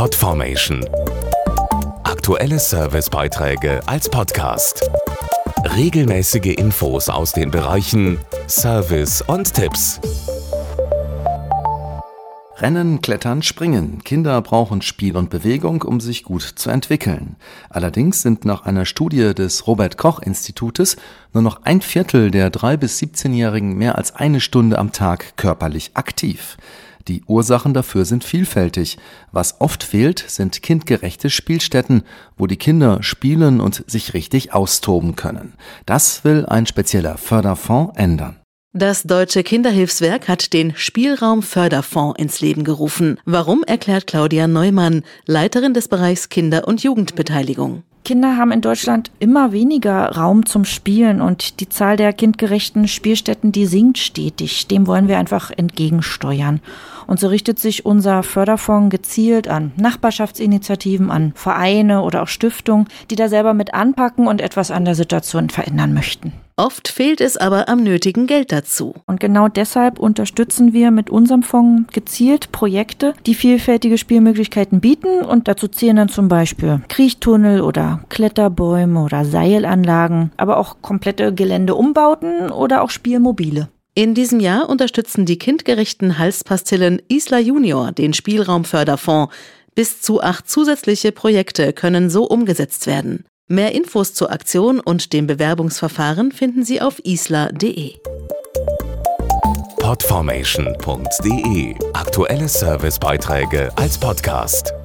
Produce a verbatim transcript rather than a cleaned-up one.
Podformation. Aktuelle Servicebeiträge als Podcast. Regelmäßige Infos aus den Bereichen Service und Tipps. Rennen, Klettern, Springen. Kinder brauchen Spiel und Bewegung, um sich gut zu entwickeln. Allerdings sind nach einer Studie des Robert-Koch-Institutes nur noch ein Viertel der drei- bis siebzehnjährigen mehr als eine Stunde am Tag körperlich aktiv. Die Ursachen dafür sind vielfältig. Was oft fehlt, sind kindgerechte Spielstätten, wo die Kinder spielen und sich richtig austoben können. Das will ein spezieller Förderfonds ändern. Das Deutsche Kinderhilfswerk hat den Spielraum-Förderfonds ins Leben gerufen. Warum, erklärt Claudia Neumann, Leiterin des Bereichs Kinder- und Jugendbeteiligung. Kinder haben in Deutschland immer weniger Raum zum Spielen und die Zahl der kindgerechten Spielstätten, die sinkt stetig. Dem wollen wir einfach entgegensteuern. Und so richtet sich unser Förderfonds gezielt an Nachbarschaftsinitiativen, an Vereine oder auch Stiftungen, die da selber mit anpacken und etwas an der Situation verändern möchten. Oft fehlt es aber am nötigen Geld dazu. Und genau deshalb unterstützen wir mit unserem Fonds gezielt Projekte, die vielfältige Spielmöglichkeiten bieten. Und dazu zählen dann zum Beispiel Kriechtunnel oder Kletterbäume oder Seilanlagen, aber auch komplette Geländeumbauten oder auch Spielmobile. In diesem Jahr unterstützen die kindgerechten Halspastillen Isla Junior den Spielraum-Förderfonds. Bis zu acht zusätzliche Projekte können so umgesetzt werden. Mehr Infos zur Aktion und dem Bewerbungsverfahren finden Sie auf isla punkt de. Podformation punkt de. Aktuelle Servicebeiträge als Podcast.